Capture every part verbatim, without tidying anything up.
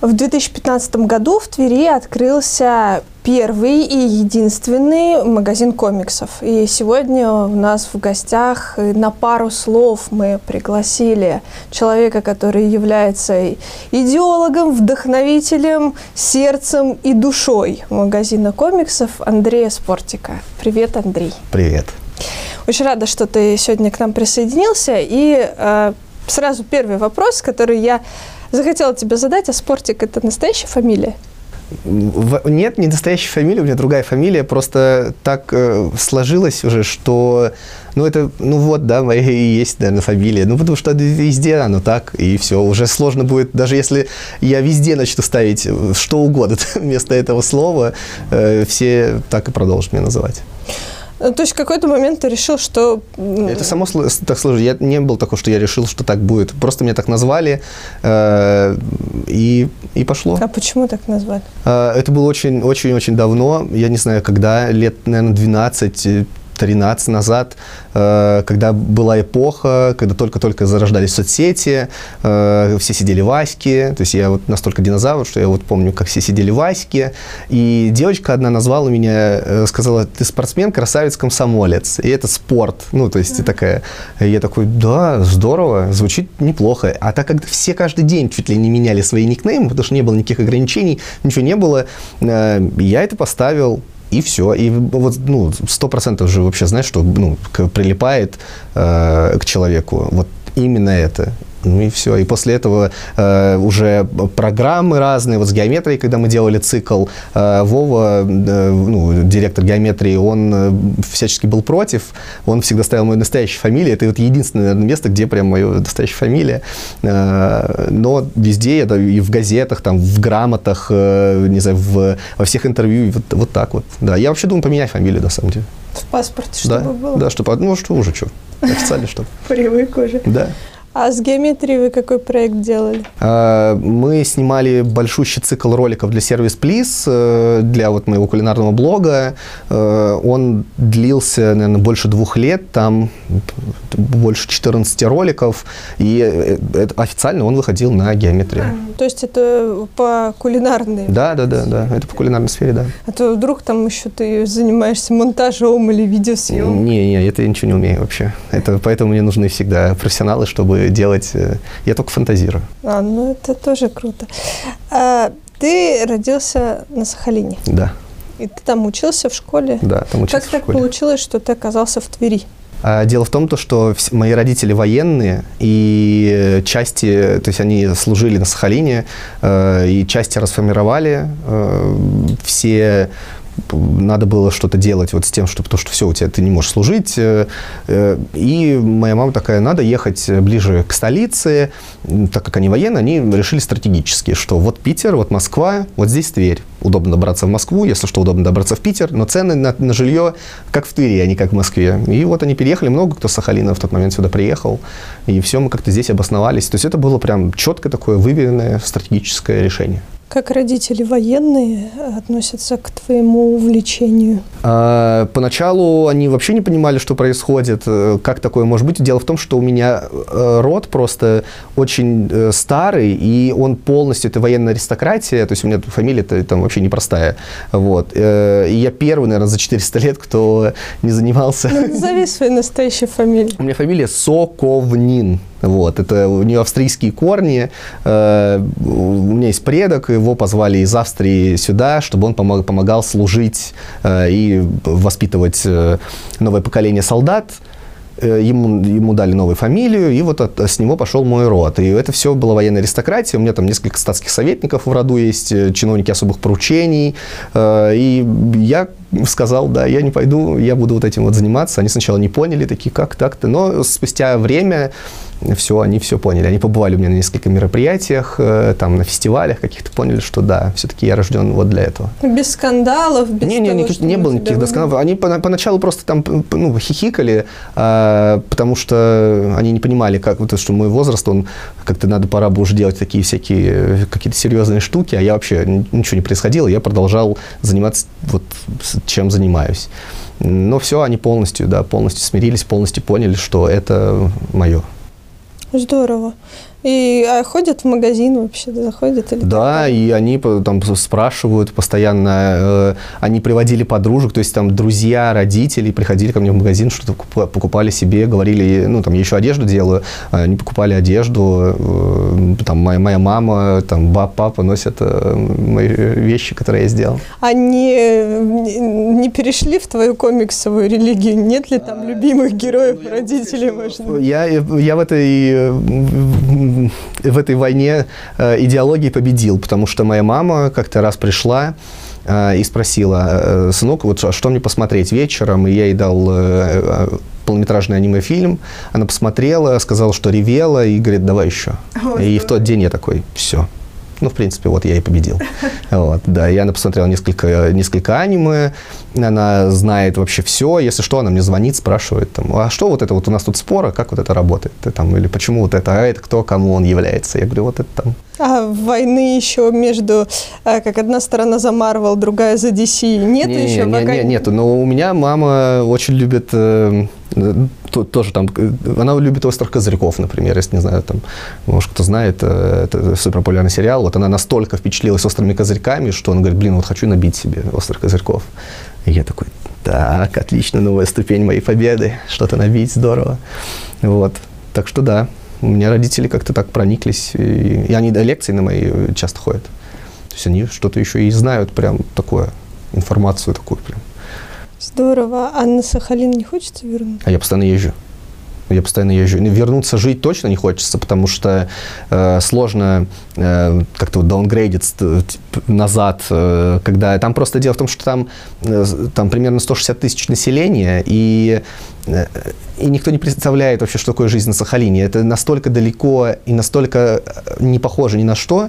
В две тысячи пятнадцатом году в Твери открылся первый и единственный магазин комиксов. И сегодня у нас в гостях на пару слов мы пригласили человека, который является идеологом, вдохновителем, сердцем и душой магазина комиксов, Андрея Спортика. Привет, Андрей. Привет. Очень рада, что ты сегодня к нам присоединился. И э, сразу первый вопрос, который я захотела тебе задать. А Спортик – это настоящая фамилия? Нет, не настоящая фамилия, у меня другая фамилия, просто так э, сложилось уже, что, ну, это, ну, вот, да, моя и есть, наверное, фамилия, ну, потому что везде оно так, и все, уже сложно будет, даже если я везде начну ставить что угодно вместо этого слова, э, все так и продолжат меня называть. То есть в какой-то момент ты решил, что… Это само так сложилось. Я не был такого, что я решил, что так будет. Просто меня так назвали, э, и, и пошло. А почему так назвали? Э, это было очень-очень-очень давно. Я не знаю, когда, лет, наверное, двенадцать-тринадцать назад, э, когда была эпоха, когда только-только зарождались соцсети, э, все сидели в Аське, то есть я вот настолько динозавр, что я вот помню, как все сидели в Аське, и девочка одна назвала меня, э, сказала: ты спортсмен, красавец, комсомолец, и это спорт, ну, то есть mm-hmm. такая, и я такой: да, здорово, звучит неплохо, а так как все каждый день чуть ли не меняли свои никнеймы, потому что не было никаких ограничений, ничего не было, э, я это поставил. И все. И вот, ну, сто процентов же вообще, знаешь, что, ну, прилипает э, к человеку. Вот именно это. Ну и все. И после этого э, уже программы разные. Вот с геометрией, когда мы делали цикл, э, Вова, э, ну, директор геометрии, он э, всячески был против. Он всегда ставил мою настоящую фамилию. Это вот единственное, наверное, место, где прям моя настоящая фамилия. Э, но везде, это и в газетах, там, в грамотах, э, не знаю, в, во всех интервью. Вот, вот так вот. Да. Я вообще думаю поменять фамилию, на самом деле. В паспорте чтобы да, было? Да, чтобы, ну что уже, что, официально что. Привык уже. Да. А с геометрией вы какой проект делали? Мы снимали большущий цикл роликов для сервис Плиз, для вот моего кулинарного блога. Он длился, наверное, больше двух лет, там больше четырнадцати роликов, и официально он выходил на геометрию. А, то есть это по кулинарной? Да, да, да, да, это по кулинарной сфере, да. А то вдруг там еще ты занимаешься монтажом или видеосъемкой? Не, не, это я ничего не умею вообще. Это, поэтому мне нужны всегда профессионалы, чтобы делать. Я только фантазирую. А, ну это тоже круто. А, ты родился на Сахалине? Да. И ты там учился в школе? Да, там учился как в школе. Как так получилось, что ты оказался в Твери? Дело в том, что мои родители военные, и части, то есть они служили на Сахалине, и части расформировали, все надо было что-то делать вот с тем, что, потому что все, у тебя ты не можешь служить. И моя мама такая: надо ехать ближе к столице, так как они военные, они решили стратегически, что вот Питер, вот Москва, вот здесь Тверь. Удобно добраться в Москву, если что, удобно добраться в Питер, но цены на, на жилье как в Твери, а не как в Москве. И вот они переехали, много кто с Сахалина в тот момент сюда приехал, и все, мы как-то здесь обосновались. То есть это было прям четкое такое выверенное стратегическое решение. Как родители военные относятся к твоему увлечению? А, поначалу они вообще не понимали, что происходит, как такое может быть. Дело в том, что у меня род просто очень старый, и он полностью, это военная аристократия, то есть у меня фамилия-то там вообще непростая. Вот. И я первый, наверное, за четыреста лет, кто не занимался... Ну, назови свою настоящую фамилию. У меня фамилия Соковнин. Вот, это у нее австрийские корни. У меня есть предок, его позвали из Австрии сюда, чтобы он помог, помогал служить и воспитывать новое поколение солдат. Ему, ему дали новую фамилию, и вот от, с него пошел мой род. И это все было военная аристократия. У меня там несколько статских советников в роду есть, чиновники особых поручений. И я сказал: да, я не пойду, я буду вот этим вот заниматься. Они сначала не поняли, такие: как так-то? Но спустя время все, они все поняли. Они побывали у меня на нескольких мероприятиях, там, на фестивалях каких-то, поняли, что да, все-таки я рожден вот для этого. Без скандалов, без не, не, того, не, что не было никаких скандалов. Они по, поначалу просто там, ну, хихикали, а, потому что они не понимали, как, вот, что мой возраст, он как-то надо, пора бы уже делать такие всякие какие-то серьезные штуки, а я вообще ничего не происходило, я продолжал заниматься вот чем занимаюсь. Но все, они полностью, да, полностью смирились, полностью поняли, что это мое. Здорово. И а ходят в магазин вообще, заходят? Или да, так? И они там спрашивают постоянно, э, они приводили подружек, то есть там друзья, родители приходили ко мне в магазин, что-то покупали себе, говорили, ну там я еще одежду делаю, они покупали одежду, э, там моя, моя мама, там баб, папа носят э, мои вещи, которые я сделал. Они не перешли в твою комиксовую религию? Нет ли там любимых героев, родителей, можно? Я, я в этой... в этой войне э, идеологии победил, потому что моя мама как-то раз пришла э, и спросила: сынок, вот что мне посмотреть вечером? И я ей дал э, полнометражный аниме-фильм. Она посмотрела, сказала, что ревела, и говорит: давай еще. Вот, и в тот день я такой: все. Ну, в принципе, вот я и победил. Вот, да, и она посмотрела несколько, несколько аниме, она знает вообще все. Если что, она мне звонит, спрашивает, там, а что вот это вот у нас тут спора, как вот это работает? Там, или почему вот это, а это кто, кому он является? Я говорю, вот это там. А войны еще между, как одна сторона за Marvel, другая за ди си, нет не, еще? Не, пока... не, нету, но у меня мама очень любит... Э, тоже там, она любит «Острых козырьков», например, если не знаю, там, может, кто знает, это супер популярный сериал, вот она настолько впечатлилась «Острыми козырьками», что она говорит: блин, вот хочу набить себе «Острых козырьков». И я такой: так, отлично, новая ступень моей победы, что-то набить, здорово. Вот, так что да, у меня родители как-то так прониклись, и, и они до лекций на мои часто ходят, то есть они что-то еще и знают, прям такое, информацию такую прям. Здорово. А на Сахалин не хочется вернуться? А я постоянно езжу. Я постоянно езжу. Вернуться жить точно не хочется, потому что э, сложно э, как-то вот даунгрейдить назад, э, когда... Там просто дело в том, что там, э, там примерно сто шестьдесят тысяч населения, и, э, и никто не представляет вообще, что такое жизнь на Сахалине. Это настолько далеко и настолько не похоже ни на что,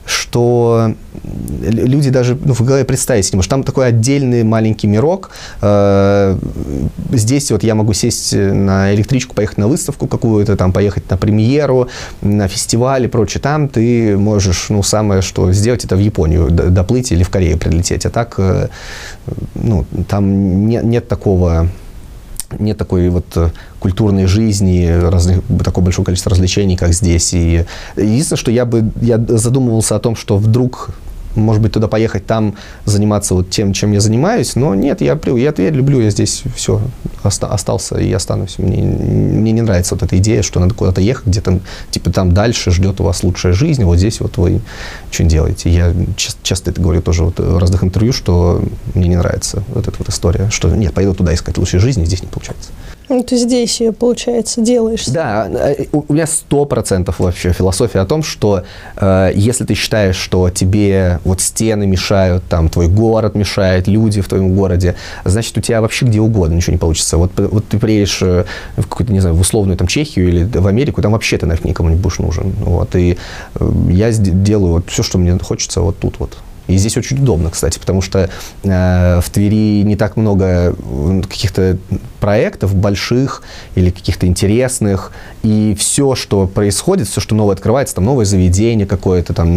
что люди даже ну, в голове представить не могут. Там такой отдельный маленький мирок. Э, здесь вот я могу сесть на электричку, поехать на выставку какую-то, там, поехать на премьеру, на фестиваль и прочее. Там ты можешь, ну, самое, что сделать, это в Японию доплыть или в Корею прилететь. А так, э, ну, там не, нет такого... Нет такой вот культурной жизни, разных, такого большого количества развлечений, как здесь. И единственное, что я бы я задумывался о том, что вдруг, может быть, туда поехать, там заниматься вот тем, чем я занимаюсь, но нет, я, я, я люблю, я здесь все, оста, остался и останусь. Мне, мне не нравится вот эта идея, что надо куда-то ехать, где-то типа там дальше ждет у вас лучшая жизнь, вот здесь вот вы что делаете. Я часто, часто это говорю тоже вот в разных интервью, что мне не нравится вот эта вот история, что нет, пойду туда искать лучшей жизни, здесь не получается. Ну, ты здесь ее, получается, делаешь. Да, у меня сто процентов вообще философия о том, что э, если ты считаешь, что тебе вот стены мешают, там, твой город мешает, люди в твоем городе, значит, у тебя вообще где угодно ничего не получится. Вот, вот ты приедешь в какую-то, не знаю, в условную там Чехию или в Америку, там вообще ты нафиг никому не будешь нужен. Вот, и э, я делаю вот все, что мне хочется вот тут вот. И здесь очень удобно, кстати, потому что э, в Твери не так много каких-то проектов больших или каких-то интересных, и все, что происходит, все, что новое открывается, там новое заведение какое-то, там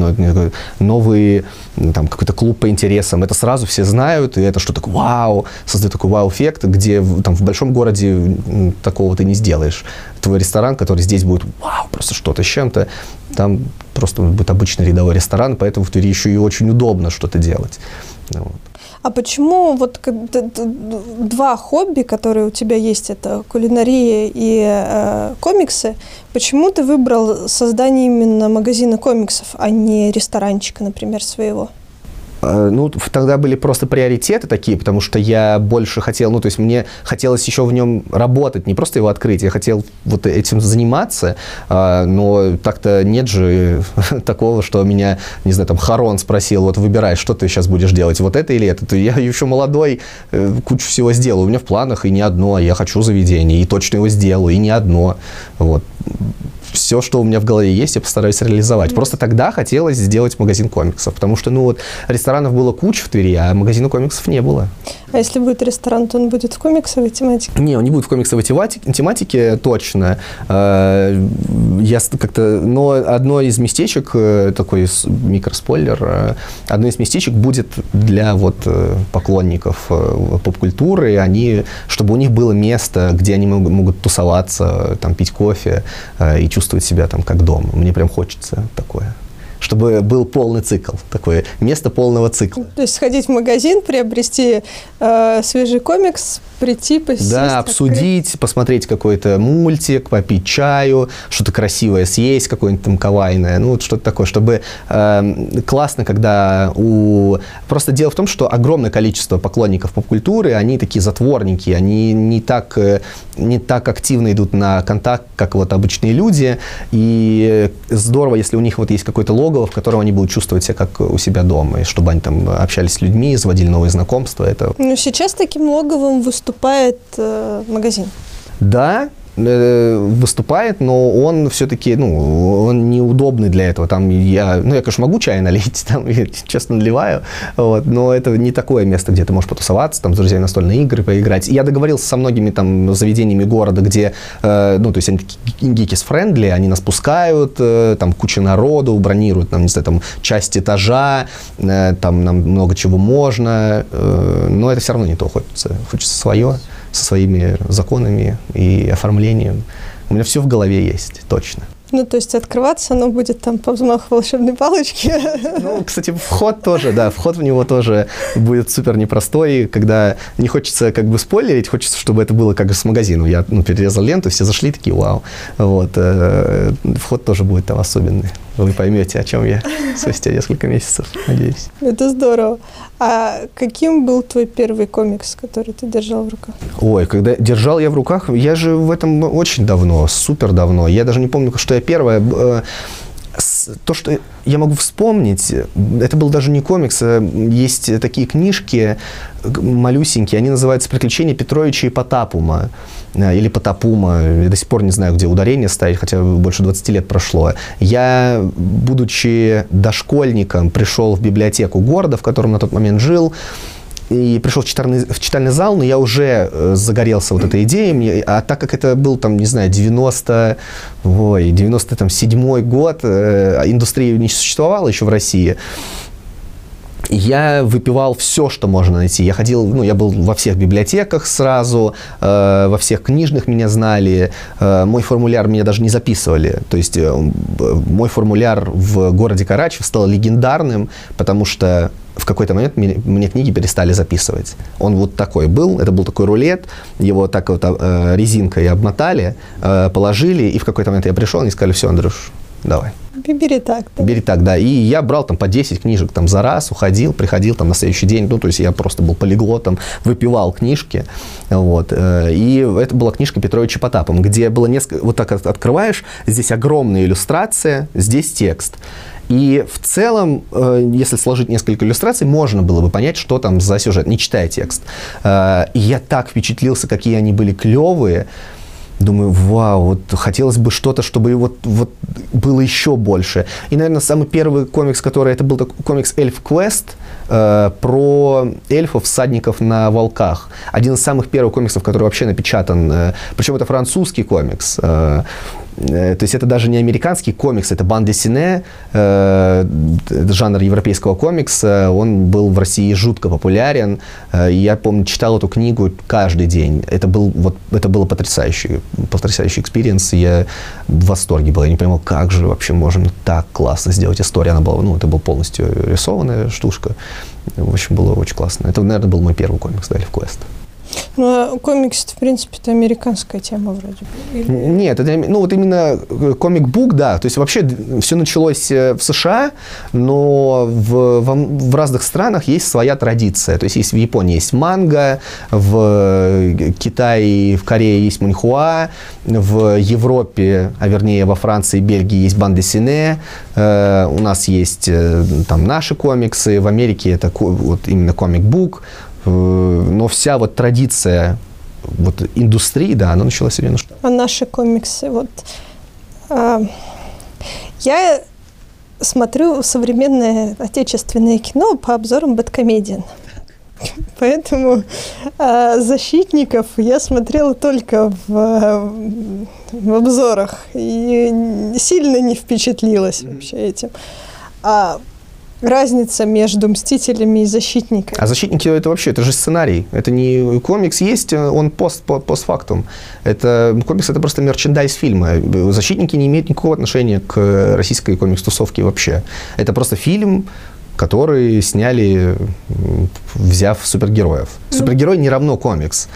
новый там, какой-то клуб по интересам, это сразу все знают, и это что-то такое вау, создает такой вау-эффект, где там в большом городе такого ты не сделаешь. Твой ресторан, который здесь будет вау, просто что-то с чем-то, там просто будет обычный рядовой ресторан, поэтому в Твери еще и очень удобно что-то делать. Вот. А почему вот два хобби, которые у тебя есть, это кулинария и э, комиксы, почему ты выбрал создание именно магазина комиксов, а не ресторанчика, например, своего? Ну, тогда были просто приоритеты такие, потому что я больше хотел, ну, то есть мне хотелось еще в нем работать, не просто его открыть, я хотел вот этим заниматься, но так-то нет же такого, что меня, не знаю, там, Харон спросил, вот выбирай, что ты сейчас будешь делать, вот это или это. Я еще молодой, кучу всего сделаю, у меня в планах и не одно, я хочу заведение, и точно его сделаю, и не одно, вот. Все, что у меня в голове есть, я постараюсь реализовать. Mm-hmm. Просто тогда хотелось сделать магазин комиксов, потому что, ну вот, ресторанов было куча в Твери, а магазина комиксов не было. А если будет ресторан, то он будет в комиксовой тематике? Не, он не будет в комиксовой тематике, точно. Я как-то, но одно из местечек, такой микроспойлер, одно из местечек будет для вот поклонников поп-культуры, они, чтобы у них было место, где они могут, могут тусоваться, там, пить кофе и чувствовать чувствовать себя там как дома. Мне прям хочется такое. Чтобы был полный цикл, такое место полного цикла. То есть сходить в магазин, приобрести э, свежий комикс, прийти, посесть. Да, обсудить, открыть. Посмотреть какой-то мультик, попить чаю, что-то красивое съесть, какое-нибудь там кавайное, ну вот что-то такое, чтобы э, классно, когда у... Просто дело в том, что огромное количество поклонников поп-культуры, они такие затворники, они не так, не так активно идут на контакт, как вот обычные люди, и здорово, если у них вот есть какой-то лого, в котором они будут чувствовать себя как у себя дома, и чтобы они там общались с людьми, заводили новые знакомства. Это... Ну, сейчас таким логовым выступает э, магазин. Да, э, выступает, но он все-таки, ну, он неудобный для этого. Там я, ну, я, конечно, могу чай налить, там, я честно наливаю, вот, но это не такое место, где ты можешь потусоваться, там, с друзьями настольные игры поиграть. Я договорился со многими там заведениями города, где, э, ну, то есть они такие geekis-friendly, они нас пускают, э, там куча народу, бронируют, там, не знаю, там, часть этажа, э, там нам много чего можно, э, но это все равно не то, хочется, хочется свое, со своими законами и оформлением. У меня все в голове есть, точно. Ну, то есть открываться оно будет там по взмаху волшебной палочки. Ну, кстати, вход тоже, да, вход в него тоже будет супер непростой, когда не хочется как бы спойлерить, хочется, чтобы это было как с магазином. Я, ну, перерезал ленту, все зашли, такие, вау. Вот, э, вход тоже будет там особенный. Вы поймете, о чем я спустя несколько месяцев, надеюсь. Это здорово. А каким был твой первый комикс, который ты держал в руках? Ой, когда держал я в руках, я же в этом очень давно, супер давно. Я даже не помню, что я первое. То, что я могу вспомнить, это был даже не комикс, есть такие книжки малюсенькие, они называются «Приключения Петровича и Потапума». Или Потапума, я до сих пор не знаю, где ударение ставить, хотя больше двадцати лет прошло. Я, будучи дошкольником, пришел в библиотеку города, в котором на тот момент жил, и пришел в читальный, в читальный зал, но я уже э, загорелся вот этой идеей, мне, а так как это был, там, не знаю, девяносто, ой, девяносто седьмой год, э, индустрия не существовала еще в России, я выпивал все, что можно найти. Я ходил, ну, я был во всех библиотеках сразу, э, во всех книжных меня знали, э, мой формуляр меня даже не записывали. То есть э, мой формуляр в городе Карачев стал легендарным, потому что в какой-то момент мне, мне книги перестали записывать. Он вот такой был, это был такой рулет, его так вот э, резинкой обмотали, э, положили, и в какой-то момент я пришел, и они сказали: все, Андрюш, давай. Бери так. Да. Бери так, да. И я брал там по десять книжек там за раз, уходил, приходил там на следующий день. Ну, то есть я просто был полиглотом, выпивал книжки. Вот. И это была книжка Петровича Потапом, где было несколько... Вот так открываешь, здесь огромная иллюстрация, здесь текст. И в целом, если сложить несколько иллюстраций, можно было бы понять, что там за сюжет, не читая текст. И я так впечатлился, какие они были клевые. Думаю, вау, вот хотелось бы что-то, чтобы вот, вот было еще больше. И, наверное, самый первый комикс, который... Это был такой комикс «Эльф Квест», э, про эльфов, всадников на волках. Один из самых первых комиксов, который вообще напечатан. Э, причем это французский комикс. Э, То есть это даже не американский комикс, это бан-десине, э, жанр европейского комикса. Он был в России жутко популярен. Э, я помню, читал эту книгу каждый день. Это был, вот, это было потрясающий, потрясающий экспириенс. Я в восторге был. Я не понимал, как же вообще можно так классно сделать историю. Она была, ну, это была полностью рисованная штушка. В общем, было очень классно. Это, наверное, был мой первый комикс, да, «Эльф Квест». Ну, а комикс, в принципе, это американская тема вроде бы. Нет, это, ну, вот именно комик-бук, да. То есть вообще все началось в США, но в, в, в разных странах есть своя традиция. То есть, есть в Японии есть манга, в Китае, в Корее есть муньхуа, в Европе, а вернее во Франции и Бельгии есть бан-десине, э, у нас есть э, там наши комиксы, в Америке это вот именно комик-бук. Но вся вот традиция вот, индустрии, да, она началась именно что. А наши комиксы, вот... А, я смотрю современное отечественное кино по обзорам Бэдкомедиан. Поэтому а, «Защитников» я смотрела только в, в обзорах и сильно не впечатлилась вообще этим. А разница между «Мстителями» и «Защитниками»? А «Защитники» — это вообще, это же сценарий. Это не комикс есть, он пост, постфактум. Это комикс — это просто мерчендайз фильма. «Защитники» не имеют никакого отношения к российской комикс-тусовке вообще. Это просто фильм, который сняли, взяв супергероев. Ну. Супергерой не равно комикс.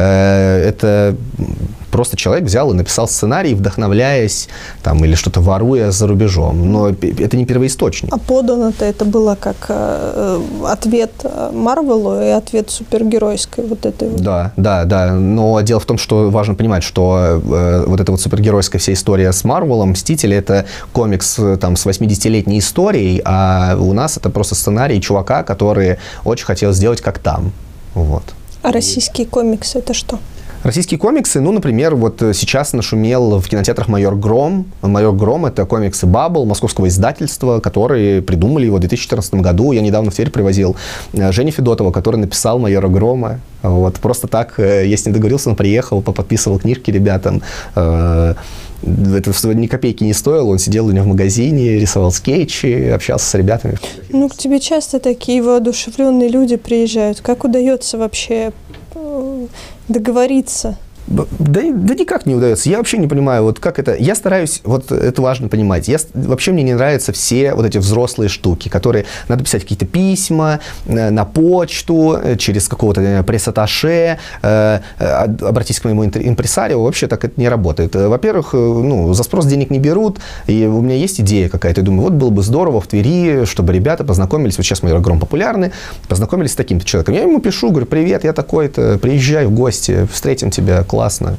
Это просто человек взял и написал сценарий, вдохновляясь там, или что-то воруя за рубежом. Но это не первоисточник. А подано-то это было как э, ответ Марвелу и ответ супергеройской вот этой вот. Да, да, да. Но дело в том, что важно понимать, что э, вот эта вот супергеройская вся история с Марвелом, «Мстители» — это комикс там, с восьмидесятилетней историей, а у нас это просто сценарий чувака, который очень хотел сделать как там. Вот. А российские комиксы — это что? Российские комиксы, ну, например, вот сейчас нашумел в кинотеатрах «Майор Гром». «Майор Гром» — это комиксы Бабл, московского издательства, которые придумали его в две тысячи четырнадцатом году. Я недавно в Тверь привозил Женю Федотова, который написал «Майора Грома». Вот. Просто так, я с ним договорился, он приехал, поподписывал книжки ребятам. Это ни копейки не стоило, он сидел у него в магазине, рисовал скетчи, общался с ребятами. Ну, к тебе часто такие воодушевленные люди приезжают. Как удается вообще договориться? Да, да никак не удается. Я вообще не понимаю, вот как это... Я стараюсь, вот это важно понимать, я, вообще мне не нравятся все вот эти взрослые штуки, которые надо писать какие-то письма на почту, через какого-то пресс-атташе, э, обратись к моему импресарио, вообще так это не работает. Во-первых, ну, за спрос денег не берут, и у меня есть идея какая-то, я думаю, вот было бы здорово в Твери, чтобы ребята познакомились, вот сейчас «Майор Гром» популярны, познакомились с таким-то человеком. Я ему пишу, говорю, привет, я такой-то, приезжай в гости, встретим тебя, классно.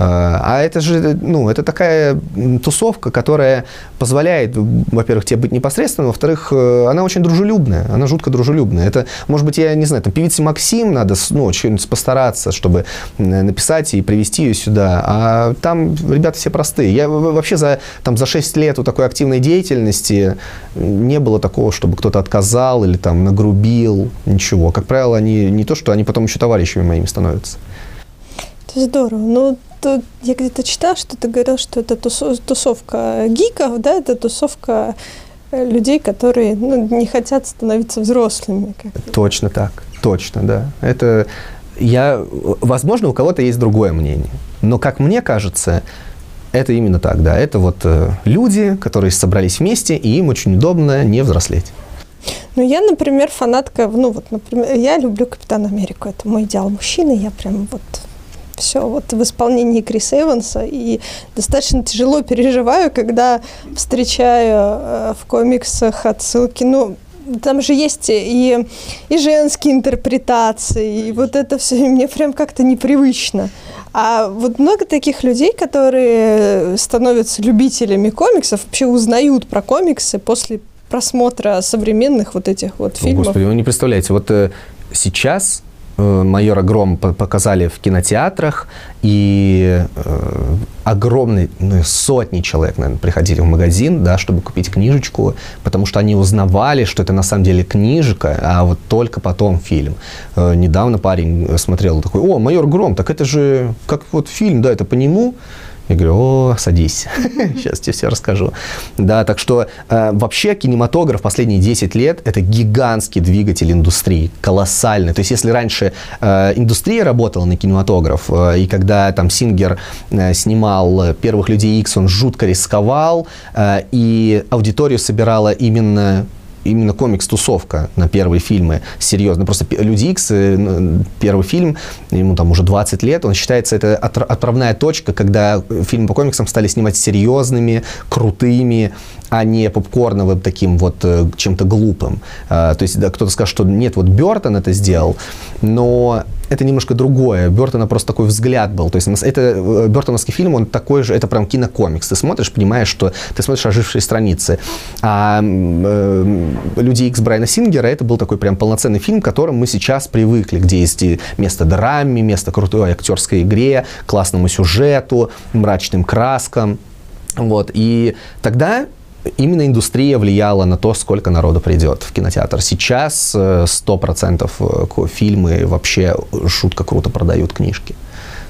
А это же, ну, это такая тусовка, которая позволяет, во-первых, тебе быть непосредственным, во-вторых, она очень дружелюбная, она жутко дружелюбная. Это, может быть, я не знаю, там, певице Максим надо, ну, что-нибудь постараться, чтобы написать и привести ее сюда, а там ребята все простые. Я вообще за, там, за шесть лет у такой активной деятельности не было такого, чтобы кто-то отказал или там нагрубил, ничего. Как правило, они не то, что они потом еще товарищами моими становятся. Это здорово. Ну, тут я где-то читала, что ты говорил, что это тусовка гиков, да, это тусовка людей, которые, ну, не хотят становиться взрослыми. Точно так, точно, да. Это я, возможно, у кого-то есть другое мнение, но, как мне кажется, это именно так, да. Это вот люди, которые собрались вместе, и им очень удобно не взрослеть. Ну, я, например, фанатка, ну, вот, например, я люблю «Капитана Америку», это мой идеал мужчины, я прям вот... Все вот в исполнении Криса Эванса, и достаточно тяжело переживаю, когда встречаю э, в комиксах отсылки, ну, там же есть и, и женские интерпретации, и вот это все, и мне прям как-то непривычно. А вот много таких людей, которые становятся любителями комиксов, вообще узнают про комиксы после просмотра современных вот этих вот фильмов. О, Господи, вы не представляете, вот э, сейчас... «Майора Гром» показали в кинотеатрах, и э, огромные, ну, сотни человек, наверное, приходили в магазин, да, чтобы купить книжечку, потому что они узнавали, что это на самом деле книжка, а вот только потом фильм. Э, недавно парень смотрел такой: «О, «Майор Гром», так это же как вот фильм, да, это по нему». Я говорю: о, садись, сейчас тебе все расскажу. Да, так что э, вообще кинематограф последние десять лет – это гигантский двигатель индустрии, колоссальный. То есть если раньше э, индустрия работала на кинематограф, э, и когда там Сингер э, снимал «Первых людей Икс», он жутко рисковал, э, и аудиторию собирала именно... именно комикс-тусовка на первые фильмы, серьезно. Просто «Люди Икс», первый фильм, ему там уже двадцать лет, он считается, это отправная точка, когда фильмы по комиксам стали снимать серьезными, крутыми, а не попкорновым таким вот чем-то глупым. То есть, да, кто-то скажет, что нет, вот Бёртон это сделал, но это немножко другое. Бёртона просто такой взгляд был. То есть это бёртоновский фильм, он такой же, это прям кинокомикс. Ты смотришь, понимаешь, что ты смотришь ожившие страницы. А э, «Люди Икс» Брайана Сингера — это был такой прям полноценный фильм, к которому мы сейчас привыкли, где есть и место драме, место крутой актерской игре, классному сюжету, мрачным краскам. Вот. И тогда именно индустрия влияла на то, сколько народу придет в кинотеатр. Сейчас сто процентов фильмы вообще жутко круто продают книжки.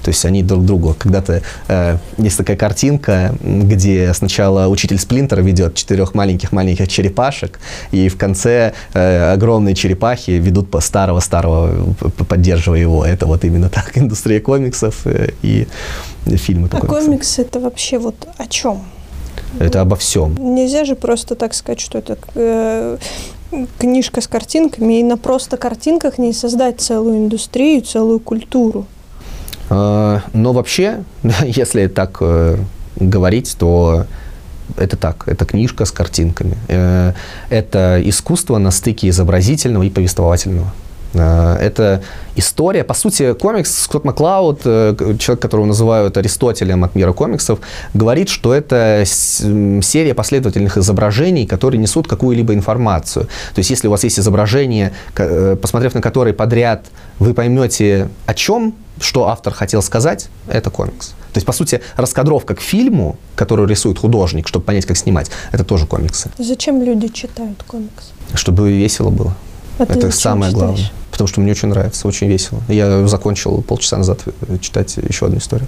То есть они друг другу когда-то... Э, есть такая картинка, где сначала учитель Сплинтер ведет четырех маленьких-маленьких черепашек, и в конце э, огромные черепахи ведут по старого-старого, поддерживая его. Это вот именно так индустрия комиксов э, и фильмы по а комиксам. Комиксы это вообще вот о чем? Это обо всем. Нельзя же просто так сказать, что это э, книжка с картинками, и на просто картинках не создать целую индустрию, целую культуру. Э, но вообще, если так э, говорить, то это так, это книжка с картинками. Э, это искусство на стыке изобразительного и повествовательного. Это история. По сути, комикс, Скотт Маклауд, человек, которого называют Аристотелем от мира комиксов, говорит, что это серия последовательных изображений, которые несут какую-либо информацию. То есть, если у вас есть изображение, посмотрев на которые подряд, вы поймете, о чем, что автор хотел сказать, это комикс. То есть, по сути, раскадровка к фильму, которую рисует художник, чтобы понять, как снимать, это тоже комиксы. Зачем люди читают комикс? Чтобы весело было. А это самое читаешь? главное. Потому что мне очень нравится, очень весело. Я закончил полчаса назад читать еще одну историю.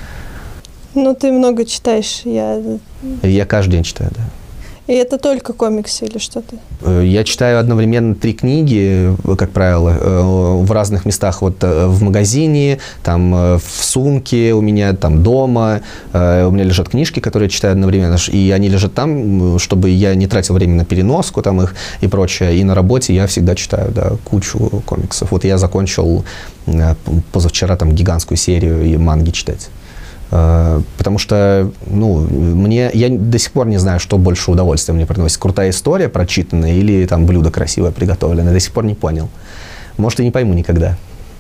Ну, ты много читаешь. Я... Я каждый день читаю, да. И это только комиксы или что-то? Я читаю одновременно три книги, как правило, в разных местах. Вот в магазине, там в сумке у меня, там дома. У меня лежат книжки, которые я читаю одновременно. И они лежат там, чтобы я не тратил время на переноску там их и прочее. И на работе я всегда читаю, да, кучу комиксов. Вот я закончил позавчера там гигантскую серию и манги читать. Потому что, ну, мне, я до сих пор не знаю, что больше удовольствия мне приносит. Крутая история прочитанная или там блюдо красивое приготовленное. До сих пор не понял. Может, и не пойму никогда.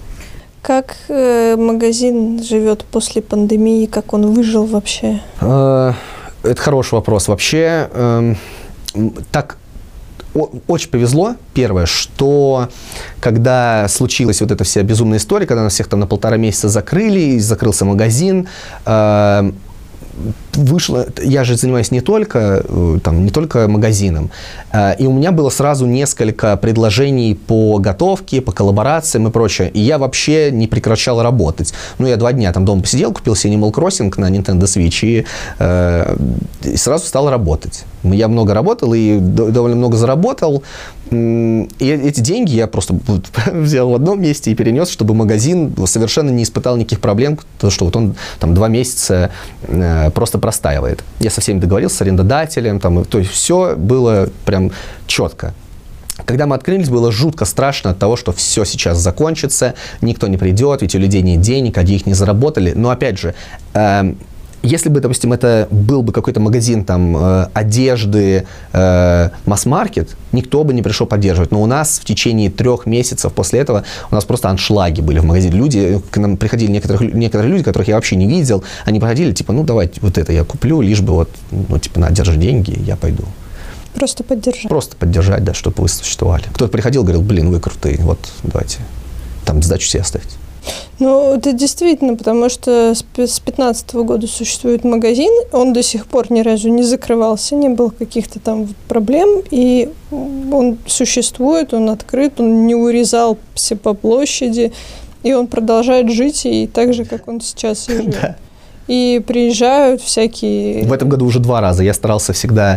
Как э, магазин живет после пандемии? Как он выжил вообще? Это хороший вопрос. Вообще, э, так... Очень повезло, первое, что когда случилась вот эта вся безумная история, когда нас всех там на полтора месяца закрыли, закрылся магазин, э, вышло, я же занимаюсь не только, там, не только магазином, э, и у меня было сразу несколько предложений по готовке, по коллаборациям и прочее, и я вообще не прекращал работать. Ну, я два дня там дома посидел, купил себе Animal Crossing на Nintendo Switch и, э, и сразу стал работать. Я много работал и довольно много заработал. И эти деньги я просто взял в одном месте и перенес, чтобы магазин совершенно не испытал никаких проблем, потому что вот он там два месяца просто простаивает. Я со всеми договорился, с арендодателем, там, то есть все было прям четко. Когда мы открылись, было жутко страшно от того, что все сейчас закончится, никто не придет, ведь у людей нет денег, они их не заработали. Но опять же, э, если бы, допустим, это был бы какой-то магазин там э, одежды, э, масс-маркет, никто бы не пришел поддерживать. Но у нас в течение трех месяцев после этого у нас просто аншлаги были в магазине. Люди, к нам приходили некоторые, некоторые люди, которых я вообще не видел, они приходили, типа, ну, давайте вот это я куплю, лишь бы вот, ну, типа, на, держи деньги, я пойду. Просто поддержать. Просто поддержать, да, чтобы вы существовали. Кто-то приходил, говорил, блин, вы крутые, вот, давайте, там, сдачу себе оставьте. Ну, это действительно, потому что с две тысячи пятнадцатого года существует магазин, он до сих пор ни разу не закрывался, не было каких-то там проблем, и он существует, он открыт, он не урезался по площади, и он продолжает жить и так же, как он сейчас и живет. Да. И приезжают всякие... В этом году уже два раза. Я старался всегда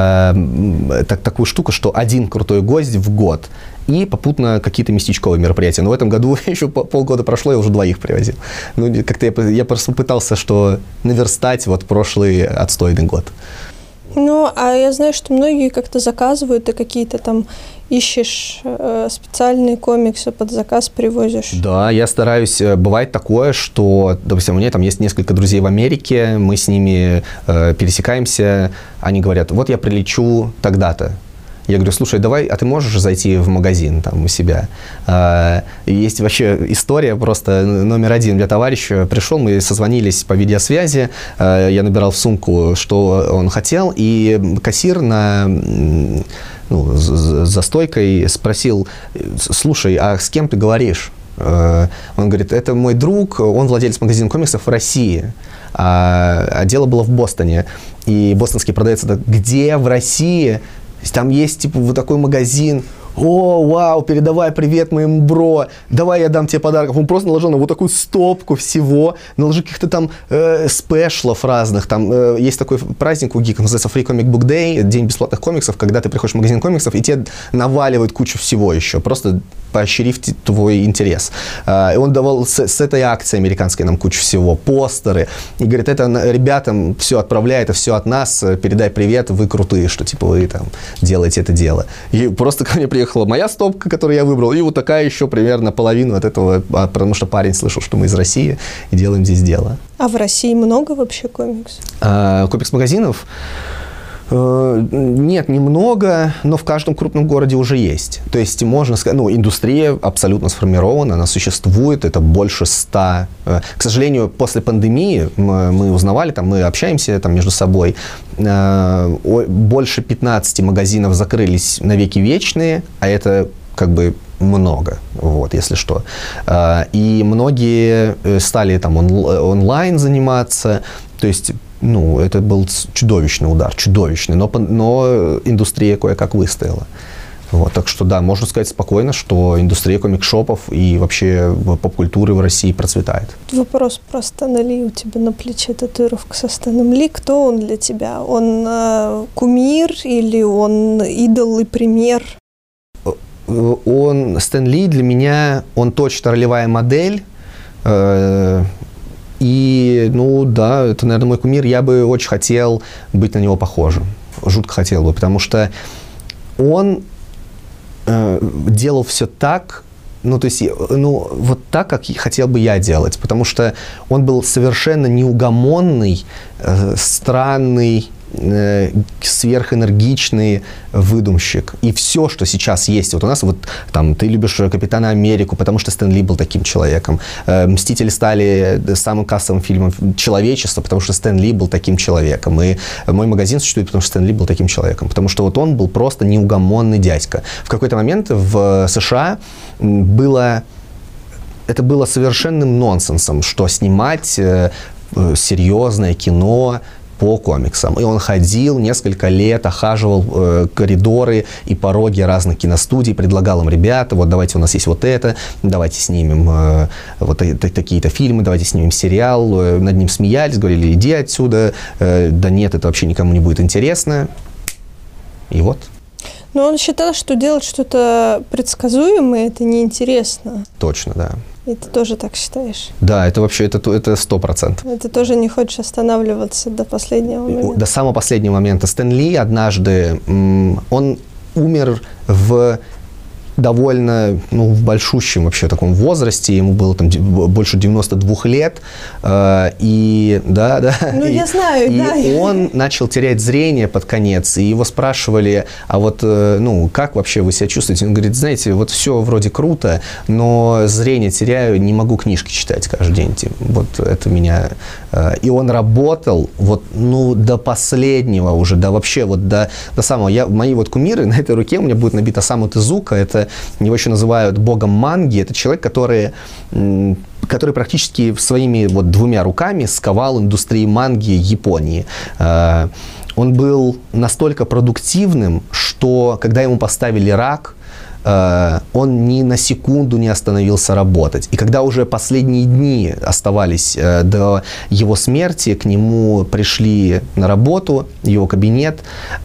э, так, такую штуку, что один крутой гость в год и попутно какие-то местечковые мероприятия. Но в этом году еще полгода прошло, я уже двоих привозил. Ну, как-то я, я просто пытался, что наверстать вот прошлый отстойный год. Ну, а я знаю, что многие как-то заказывают, ты какие-то там ищешь э, специальные комиксы, под заказ привозишь. Да, я стараюсь. Бывает такое, что, допустим, у меня там есть несколько друзей в Америке, мы с ними э, пересекаемся, они говорят, вот я прилечу тогда-то. Я говорю, слушай, давай, а ты можешь зайти в магазин там у себя? А, есть вообще история просто номер один для товарища. Пришел, мы созвонились по видеосвязи, а, я набирал в сумку, что он хотел, и кассир на, ну, за стойкой спросил, слушай, а с кем ты говоришь? А, он говорит, это мой друг, он владелец магазина комиксов в России. А, а дело было в Бостоне. И бостонский продавец, где в России... Там есть, типа, вот такой магазин. о, вау, передавай привет моему бро, давай я дам тебе подарков. Он просто наложил на вот такую стопку всего, наложил каких-то там э, спешлов разных. Там э, есть такой праздник у гиков, называется Free Comic Book Day, день бесплатных комиксов, когда ты приходишь в магазин комиксов, и тебе наваливают кучу всего еще, просто поощрив твой интерес. Э, и он давал с, с этой акции американской нам кучу всего, постеры. И говорит, это ребятам все отправляй, это все от нас, передай привет, вы крутые, что типа вы там делаете это дело. И просто ко мне приехала моя стопка, которую я выбрал, и вот такая еще примерно половину от этого, потому что парень слышал, что мы из России и делаем здесь дело. А в России много вообще комиксов? А, комикс-магазинов? Нет, немного, но в каждом крупном городе уже есть. То есть можно сказать, ну, индустрия абсолютно сформирована, она существует, это больше ста. К сожалению, после пандемии мы, мы узнавали, там, мы общаемся там, между собой, больше пятнадцати магазинов закрылись навеки вечные, а это как бы много, вот, если что. И многие стали там он, онлайн заниматься, то есть ну, это был чудовищный удар, чудовищный, но, но индустрия кое-как выстояла. Вот, так что да, можно сказать спокойно, что индустрия комик-шопов и вообще поп-культуры в России процветает. Вопрос про Стэна Ли. У тебя на плече татуировка со Стэном Ли. Кто он для тебя? Он э, кумир или он идол и пример? Он, Стэн Ли для меня, он точно ролевая модель. Э, И, ну, да, это, наверное, мой кумир. Я бы очень хотел быть на него похожим. Жутко хотел бы, потому что он э, делал все так, ну, то есть, ну, вот так, как хотел бы я делать. Потому что он был совершенно неугомонный, э, странный, э, сверхэнергичный выдумщик. И все, что сейчас есть. Вот у нас вот там, ты любишь Капитана Америку, потому что Стэн Ли был таким человеком. Э, Мстители стали самым кассовым фильмом человечества, потому что Стэн Ли был таким человеком. И мой магазин существует, потому что Стэн Ли был таким человеком. Потому что вот он был просто неугомонный дядька. В какой-то момент в США было... Это было совершенным нонсенсом, что снимать э, серьезное кино по комиксам. И он ходил несколько лет, охаживал э, коридоры и пороги разных киностудий, предлагал им: ребята, вот давайте у нас есть вот это, давайте снимем э, вот э, такие-то фильмы, давайте снимем сериал. Э, над ним смеялись, говорили: иди отсюда, э, да нет, это вообще никому не будет интересно. И вот. Но он считал, что делать что-то предсказуемое – это неинтересно. Точно, да. И ты тоже так считаешь? Да, это вообще это сто процентов. Ты тоже не хочешь останавливаться до последнего момента? До самого последнего момента. Стэн Ли однажды, он умер в довольно, ну, в большущем вообще таком возрасте, ему было там больше девяноста двух лет, э, и, да, да. Ну, и, я знаю, и да. он начал терять зрение под конец, и его спрашивали: а вот, э, ну, как вообще вы себя чувствуете? Он говорит: знаете, вот все вроде круто, но зрение теряю, не могу книжки читать каждый день, вот это меня... Э, и он работал, вот, ну, до последнего уже, да, вообще, вот до, до самого, я, мои вот кумиры, на этой руке у меня будет набит Осаму Тезука, это его еще называют богом манги. Это человек, который, который практически своими вот двумя руками сковал индустрию манги Японии. Он был настолько продуктивным, что когда ему поставили рак, он ни на секунду не остановился работать. И когда уже последние дни оставались до его смерти, к нему пришли на работу, в его кабинет,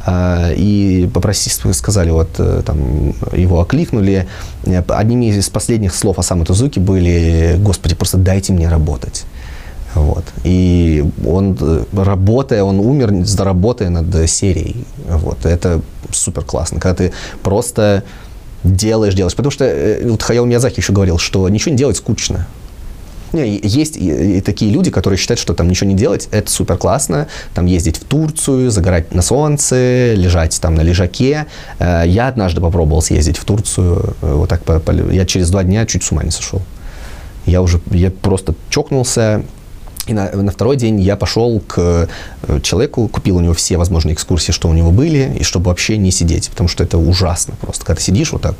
и попросили, сказали, вот там его окликнули. Одними из последних слов Осамы Тезуки были: «Господи, просто дайте мне работать». Вот. И он, работая, он умер, работая над серией. Вот. Это супер классно, когда ты просто делаешь, делаешь. Потому что вот Хаяо Миядзаки еще говорил, что ничего не делать скучно. Не, есть и, и такие люди, которые считают, что там ничего не делать, это супер классно. Там ездить в Турцию, загорать на солнце, лежать там на лежаке. Я однажды попробовал съездить в Турцию. Вот так, я через два дня чуть с ума не сошел. Я уже я просто чокнулся. И на, на второй день я пошел к человеку, купил у него все возможные экскурсии, что у него были, и чтобы вообще не сидеть, потому что это ужасно просто. Когда ты сидишь вот так,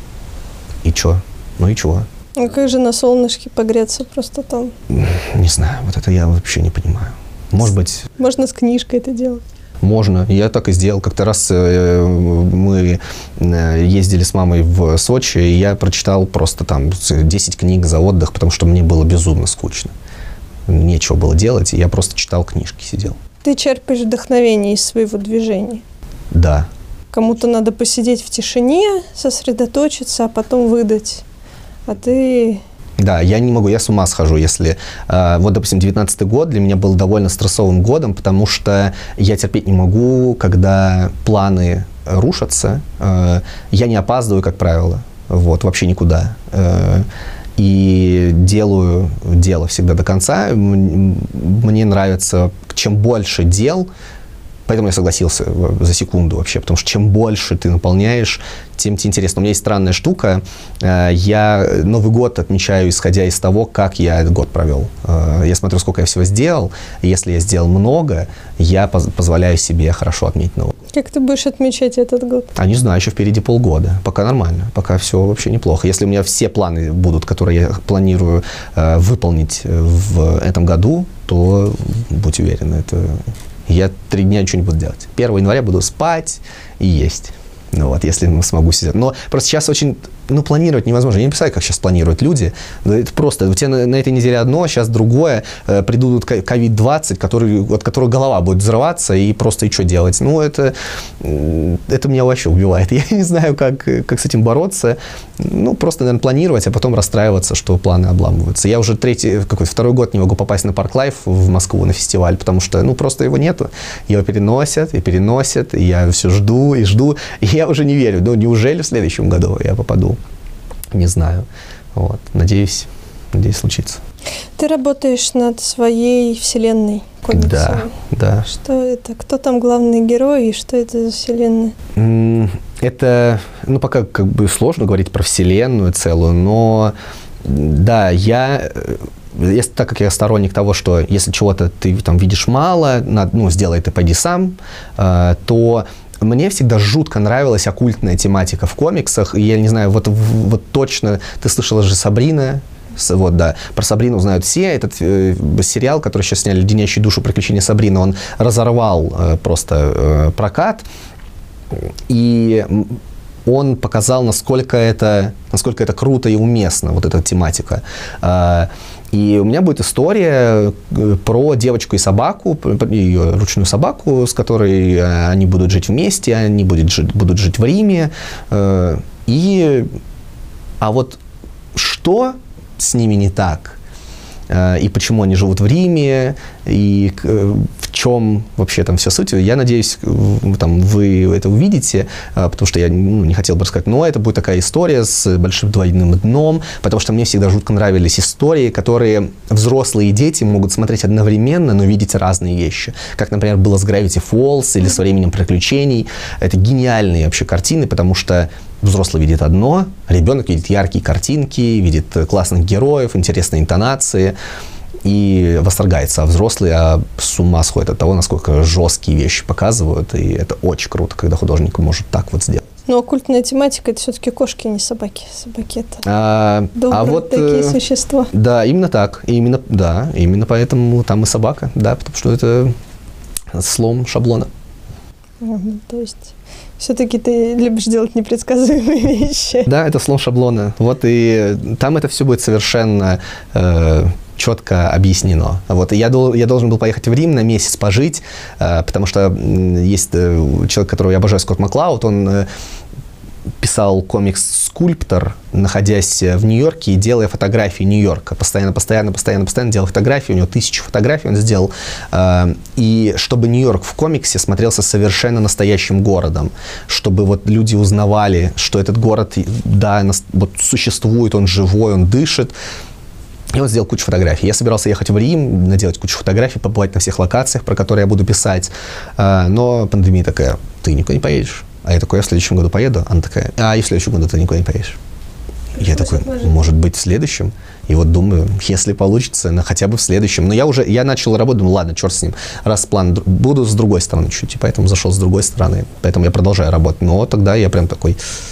и чё? Ну и чего? А как же на солнышке погреться просто там? Не знаю, вот это я вообще не понимаю. Может быть... Можно с книжкой это делать. Можно. Я так и сделал. Как-то раз э, мы ездили с мамой в Сочи, и я прочитал просто там десять книг за отдых, потому что мне было безумно скучно. Нечего было делать, и я просто читал книжки, сидел. Ты черпаешь вдохновение из своего движения? Да. Кому-то надо посидеть в тишине, сосредоточиться, а потом выдать. А ты... Да, я не могу, я с ума схожу, если... Э, вот, допустим, девятнадцатый год для меня был довольно стрессовым годом, потому что я терпеть не могу, когда планы рушатся. Э, я не опаздываю, как правило, вот, вообще никуда. Э, и делаю дело всегда до конца. Мне нравится, чем больше дел, поэтому я согласился за секунду вообще, потому что чем больше ты наполняешь, тем тебе интересно. У меня есть странная штука. Я Новый год отмечаю, исходя из того, как я этот год провел. Я смотрю, сколько я всего сделал. Если я сделал много, я позволяю себе хорошо отметить Новый год. Как ты будешь отмечать этот год? А не знаю, еще впереди полгода. Пока нормально, пока все вообще неплохо. Если у меня все планы будут, которые я планирую э, выполнить в этом году, то будь уверен, это... я три дня ничего не буду делать. первого января буду спать и есть. Ну вот, если смогу сидеть. Но просто сейчас очень, ну, планировать невозможно. Я не представляю, как сейчас планируют люди. Это просто, у тебя на, на этой неделе одно, сейчас другое. Э, придут ковид двадцать, который, от которого голова будет взрываться, и просто и что делать? Ну, это, это меня вообще убивает. Я не знаю, как, как с этим бороться. Ну, просто, наверное, планировать, а потом расстраиваться, что планы обламываются. Я уже третий, какой-то второй год не могу попасть на Парк Лайф в Москву на фестиваль, потому что, ну, просто его нету. Его переносят, и переносят, и я все жду, и жду. И я уже не верю. Ну, неужели в следующем году я попаду? Не знаю. Вот. Надеюсь, надеюсь, случится. Ты работаешь над своей вселенной комиксовой. Да, да. Что это? Кто там главный герой и что это за вселенная? Это, ну, пока как бы сложно говорить про вселенную целую, но да, я... Если, так как я сторонник того, что если чего-то ты там видишь мало, надо, ну, сделай это, пойди сам, э, то мне всегда жутко нравилась оккультная тематика в комиксах. И я не знаю, вот, вот точно, ты слышала же Сабрина? Вот, да. Про Сабрину знают все. Этот э, сериал, который сейчас сняли, «Леденящие душу. Приключения Сабрины», он разорвал э, просто э, прокат. И он показал, насколько это, насколько это круто и уместно, вот эта тематика. И у меня будет история про девочку и собаку, ее ручную собаку, с которой они будут жить вместе, они будут жить, будут жить в Риме. И, а вот что с ними не так? И почему они живут в Риме, и в чем вообще там вся суть. Я надеюсь, там, вы это увидите, потому что я, ну, не хотел бы рассказать, но это будет такая история с большим двойным дном, потому что мне всегда жутко нравились истории, которые взрослые и дети могут смотреть одновременно, но видеть разные вещи. Как, например, было с Gravity Falls или с «Временем приключений». Это гениальные вообще картины, потому что взрослый видит одно, ребенок видит яркие картинки, видит классных героев, интересные интонации и восторгается, а взрослый а с ума сходит от того, насколько жесткие вещи показывают, и это очень круто, когда художник может так вот сделать. Но оккультная тематика — это все-таки кошки, не собаки. Собаки — это а, добрые а вот, такие существа. Да, именно так. Именно, да, именно поэтому там и собака, да, потому что это слом шаблона. Угу, то есть все-таки ты любишь делать непредсказуемые вещи. Да, это слом шаблона. Вот и там это все будет совершенно э, четко объяснено. Вот, и я, я должен был поехать в Рим на месяц пожить, э, потому что есть э, человек, которого я обожаю, Скотт Маклауд, он э, писал комикс «Скульптор», находясь в Нью-Йорке и делая фотографии Нью-Йорка. Постоянно, постоянно, постоянно, постоянно делал фотографии. У него тысячу фотографий он сделал. И чтобы Нью-Йорк в комиксе смотрелся совершенно настоящим городом. Чтобы вот люди узнавали, что этот город, да, вот существует, он живой, он дышит. И он сделал кучу фотографий. Я собирался ехать в Рим, наделать кучу фотографий, побывать на всех локациях, про которые я буду писать. Но пандемия такая: ты никуда не поедешь. А я такой: я в следующем году поеду. Она такая: а и в следующем году ты никуда не поедешь. Я такой: может быть, в следующем. И вот думаю, если получится, ну, хотя бы в следующем. Но я уже, я начал работать, думаю, ладно, черт с ним. Раз план, буду с другой стороны чуть, и поэтому зашел с другой стороны. Поэтому я продолжаю работать. Но тогда я прям такой: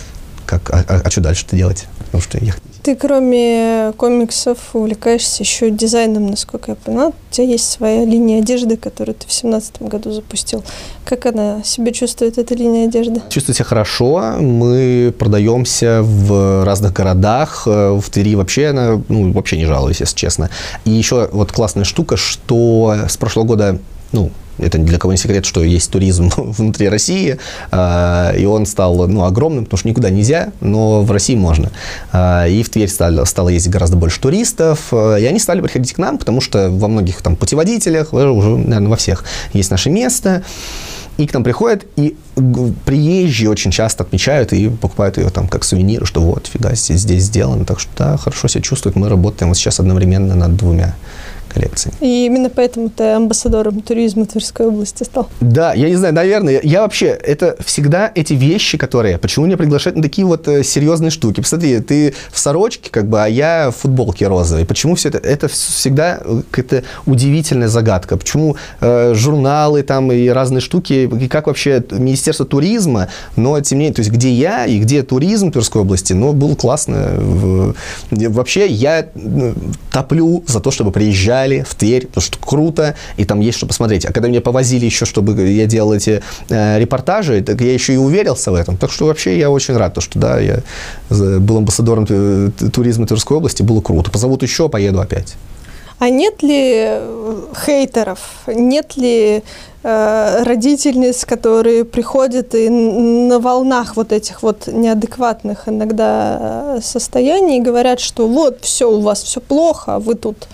как, а, а, а что дальше-то делать? Потому что я... Ты кроме комиксов увлекаешься еще дизайном, насколько я поняла. У тебя есть своя линия одежды, которую ты в семнадцатом году запустил. Как она себя чувствует, эта линия одежды? Чувствует себя хорошо. Мы продаемся в разных городах. В Твери вообще она, ну, вообще не жалуюсь, если честно. И еще вот классная штука, что с прошлого года, ну, это ни для кого не секрет, что есть туризм внутри России, и он стал, ну, огромным, потому что никуда нельзя, но в России можно. И в Тверь стало, стало ездить гораздо больше туристов, и они стали приходить к нам, потому что во многих там путеводителях, уже, наверное, во всех есть наше место. И к нам приходят, и приезжие очень часто отмечают и покупают ее там как сувенир, что вот, фига, здесь, здесь сделано. Так что, да, хорошо себя чувствует. Мы работаем вот сейчас одновременно над двумя коллекциями. И именно поэтому ты амбассадором туризма Тверской области стал? Да, я не знаю, наверное. Я вообще, это всегда эти вещи, которые... Почему меня приглашают на такие вот э, серьезные штуки? Посмотри, ты в сорочке, как бы, а я в футболке розовой. Почему все это? Это всегда какая-то удивительная загадка. Почему э, журналы там и разные штуки, и как вообще Министерство туризма, но тем не менее, то есть где я и где туризм Тверской области, ну, было классно. В, вообще я топлю за то, чтобы приезжать в Тверь, потому что круто, и там есть что посмотреть. А когда меня повозили еще, чтобы я делал эти э, репортажи, так я еще и уверился в этом. Так что вообще я очень рад, что да, я был амбассадором туризма Тверской области, было круто. Позовут еще, поеду опять. А нет ли хейтеров, нет ли э, родительниц, которые приходят и на волнах вот этих вот неадекватных иногда состояний говорят, что вот, все, у вас все плохо, а вы тут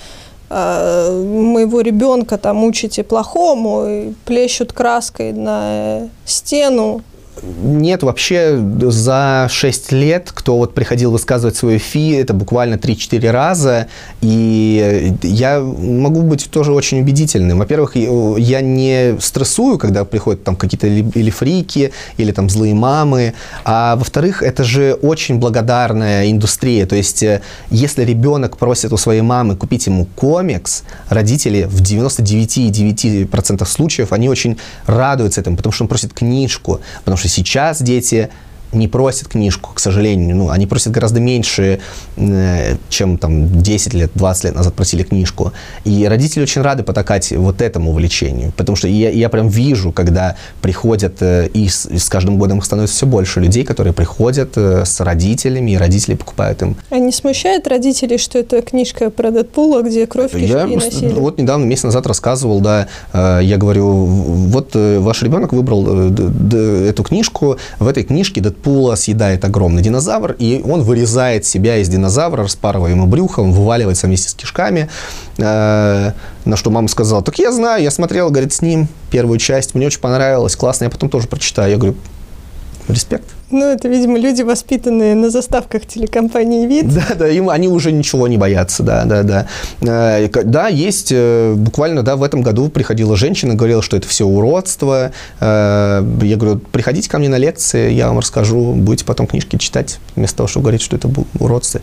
моего ребенка там учите плохому, и плещут краской на стену? Нет, вообще за шесть лет, кто вот приходил высказывать свою фи, это буквально три-четыре раза, и я могу быть тоже очень убедительным. Во-первых, я не стрессую, когда приходят там какие-то или фрики, или там злые мамы, а во-вторых, это же очень благодарная индустрия, то есть если ребенок просит у своей мамы купить ему комикс, родители в девяноста девяти и девяти десятых процента случаев, они очень радуются этому, потому что он просит книжку, потому что сейчас дети не просят книжку, к сожалению. Ну, они просят гораздо меньше, чем там десять лет, двадцать лет назад просили книжку. И родители очень рады потакать вот этому увлечению. Потому что я, я прям вижу, когда приходят, и с, и с каждым годом их становится все больше людей, которые приходят с родителями, и родители покупают им. А не смущает родителей, что это книжка про Дэдпула, где кровь, кишки я и насилие? Вот недавно, месяц назад рассказывал, да, я говорю, вот ваш ребенок выбрал эту книжку, в этой книжке Дэдпул Пула съедает огромный динозавр, и он вырезает себя из динозавра, распарывая ему брюхо, он вываливается вместе с кишками. На что мама сказала: так я знаю, я смотрел, говорит, с ним первую часть, мне очень понравилось, классно, я потом тоже прочитаю. Я говорю, респект. Ну, это, видимо, люди, воспитанные на заставках телекомпании «Вид». Да, да, им, они уже ничего не боятся, да, да, да. Да, есть, буквально, да, в этом году приходила женщина, говорила, что это все уродство. Я говорю, приходите ко мне на лекции, я вам расскажу, будете потом книжки читать, вместо того, чтобы говорить, что это уродство.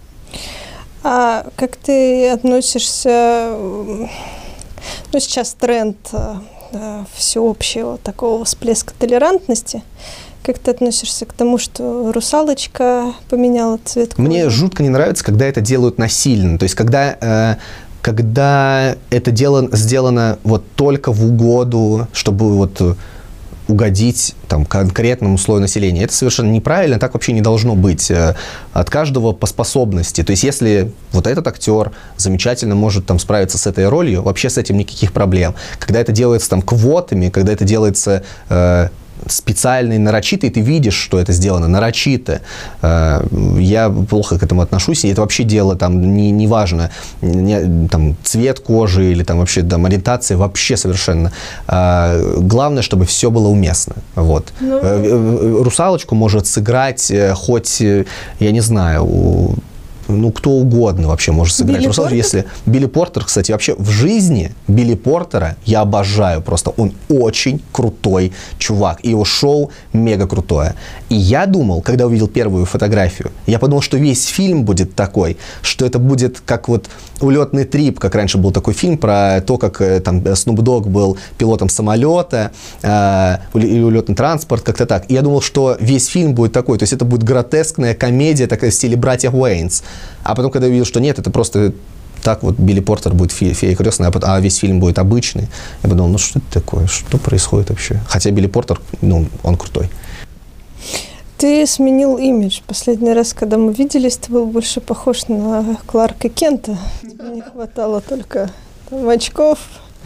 А как ты относишься, ну, сейчас тренд всеобщего такого всплеска толерантности? Как ты относишься к тому, что «Русалочка» поменяла цвет кожи? Мне жутко не нравится, когда это делают насильно. То есть, когда, э, когда это дело, сделано вот только в угоду, чтобы вот угодить там, конкретному слою населения. Это совершенно неправильно, так вообще не должно быть. От каждого по способности. То есть, если вот этот актер замечательно может там справиться с этой ролью, вообще с этим никаких проблем. Когда это делается там квотами, когда это делается... Э, специально и нарочито, и ты видишь, что это сделано нарочито. Я плохо к этому отношусь, и это вообще дело там не, не важно, не, там, цвет кожи или там вообще там, ориентация, вообще совершенно. Главное, чтобы все было уместно. Вот. Ну... Русалочку может сыграть хоть, я не знаю, ну, кто угодно вообще может сыграть Билли русалочку. Если Билли Портер, кстати, вообще в жизни Билли Портера я обожаю просто. Он очень крутой чувак. И его шоу мега крутое. И я думал, когда увидел первую фотографию, я подумал, что весь фильм будет такой, что это будет как вот «Улетный трип», как раньше был такой фильм про то, как там Снуп Дог был пилотом самолета, э, или улетный транспорт, как-то так. И я думал, что весь фильм будет такой. То есть это будет гротескная комедия, такая в стиле «Братьев Уэйнс». А потом, когда я увидел, что нет, это просто так вот Билли Портер будет фе фея крестная, а весь фильм будет обычный, я подумал, ну что это такое, что происходит вообще? Хотя Билли Портер, ну, он крутой. Ты сменил имидж. Последний раз, когда мы виделись, ты был больше похож на Кларка Кента. Тебе не хватало только там очков,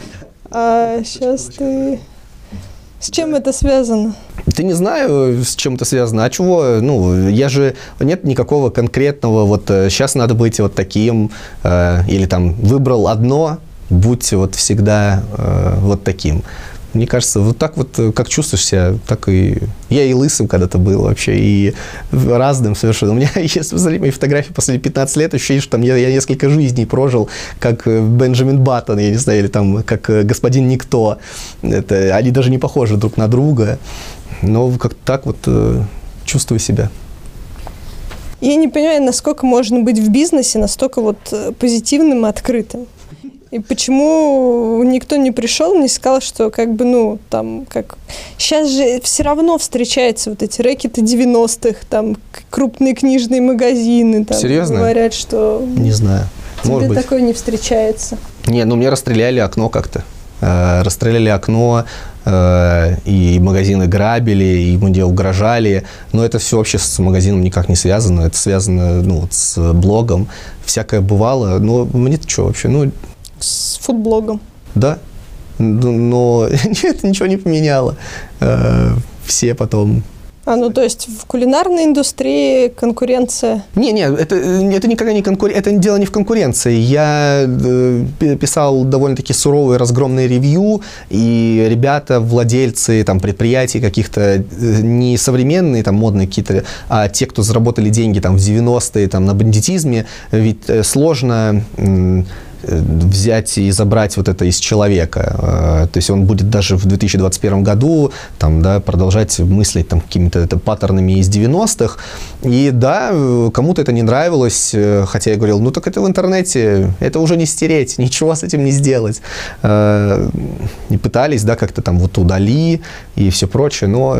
а сейчас ты... С чем это связано? Ты не знаю, с чем это связано. А чего? Ну, я же... Нет никакого конкретного, вот сейчас надо быть вот таким, э, или там выбрал одно, будь вот всегда э, вот таким. Мне кажется, вот так вот, как чувствуешь себя, так и... Я и лысым когда-то был вообще, и разным совершенно. У меня, если посмотреть мои фотографии последние пятнадцать лет, ощущение, что там я, я несколько жизней прожил, как Бенджамин Баттон, я не знаю, или там, как господин Никто. Это, они даже не похожи друг на друга, но как так вот э, чувствую себя. Я не понимаю, насколько можно быть в бизнесе настолько вот позитивным и открытым. И почему никто не пришел, не сказал, что как бы, ну, там, как... Сейчас же все равно встречаются вот эти рэкеты девяностых, там, крупные книжные магазины. Там, серьезно? Говорят, что... Не знаю. Тебе Может быть. такое не встречается. Не, ну, мне расстреляли окно как-то. Э, расстреляли окно, э, и магазины грабили, и мне угрожали. Но это все вообще с магазином никак не связано. Это связано, ну, вот с блогом. Всякое бывало. Но мне-то что вообще? Ну... С фудблогом. Да, но это ничего не поменяло. Все потом... А, ну то есть в кулинарной индустрии конкуренция? Не, не, это, это никогда не конкуренция, это дело не в конкуренции. Я э, писал довольно-таки суровые разгромные ревью, и ребята, владельцы там, предприятий каких-то, э, не современные, там, модные какие-то, а те, кто заработали деньги там, в девяностые там, на бандитизме, ведь э, сложно... Э, взять и забрать вот это из человека. То есть он будет даже в две тысячи двадцать первом году там, да, продолжать мыслить там, какими-то паттернами из девяностых. И да, кому-то это не нравилось, хотя я говорил, ну так это в интернете, это уже не стереть, ничего с этим не сделать. И пытались, да, как-то там вот удали и все прочее, но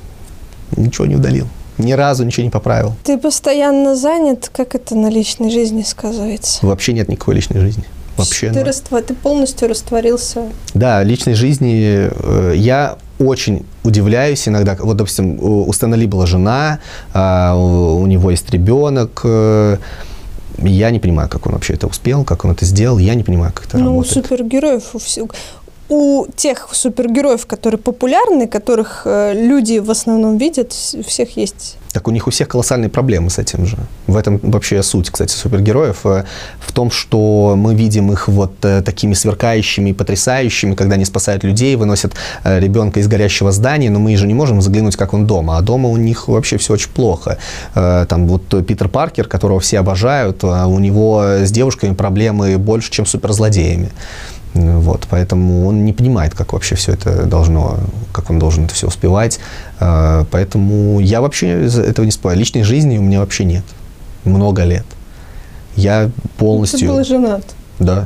ничего не удалил. Ни разу ничего не поправил. Ты постоянно занят, как это на личной жизни сказывается? Вообще нет никакой личной жизни. Вообще. Ты, раства... ты полностью растворился? Да, личной жизни э, я очень удивляюсь иногда. Вот, допустим, у Стэна Ли была жена, э, у, у него есть ребенок. Э, я не понимаю, как он вообще это успел, как он это сделал. Я не понимаю, как это ну, работает. У супергероев, у всех... У тех супергероев, которые популярны, которых э, люди в основном видят, у всех есть... Так у них у всех колоссальные проблемы с этим же. В этом вообще суть, кстати, супергероев. Э, в том, что мы видим их вот э, такими сверкающими, потрясающими, когда они спасают людей, выносят э, ребенка из горящего здания, но мы же не можем заглянуть, как он дома. А дома у них вообще все очень плохо. Э, там вот Питер Паркер, которого все обожают, э, у него с девушками проблемы больше, чем с суперзлодеями. Вот, поэтому он не понимает, как вообще все это должно, как он должен это все успевать. Поэтому я вообще этого не успеваю. Личной жизни у меня вообще нет. Много лет. Я полностью... Ты был женат. Да.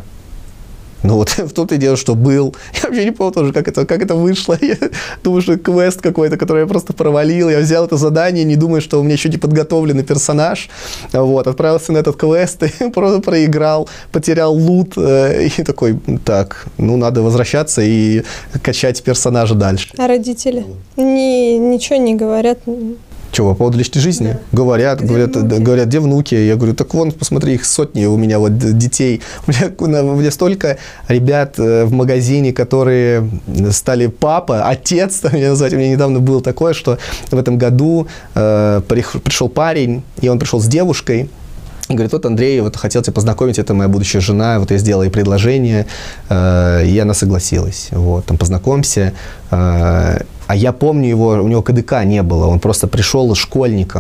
Ну вот в том-то и дело, что был. Я вообще не помню тоже, как это, как это вышло. Я думаю, что квест какой-то, который я просто провалил. Я взял это задание, не думая, что у меня еще не подготовленный персонаж. Вот, отправился на этот квест и просто проиграл, потерял лут. И такой, так, ну надо возвращаться и качать персонажа дальше. А родители? Ни, ничего не говорят? Чего, по поводу личной жизни? Да. Говорят, где говорят, внуки? говорят, где внуки? Я говорю, так вон, посмотри, их сотни у меня вот детей. У меня, у меня столько ребят в магазине, которые стали папа, отец, там, я назвать. У меня недавно было такое, что в этом году э, пришел парень, и он пришел с девушкой. И говорит, вот Андрей, вот хотел тебя познакомить, это моя будущая жена, вот я сделала ей предложение, э, и она согласилась. Вот, там, познакомься. Э, а я помню его, у него КДК не было, он просто пришел школьником.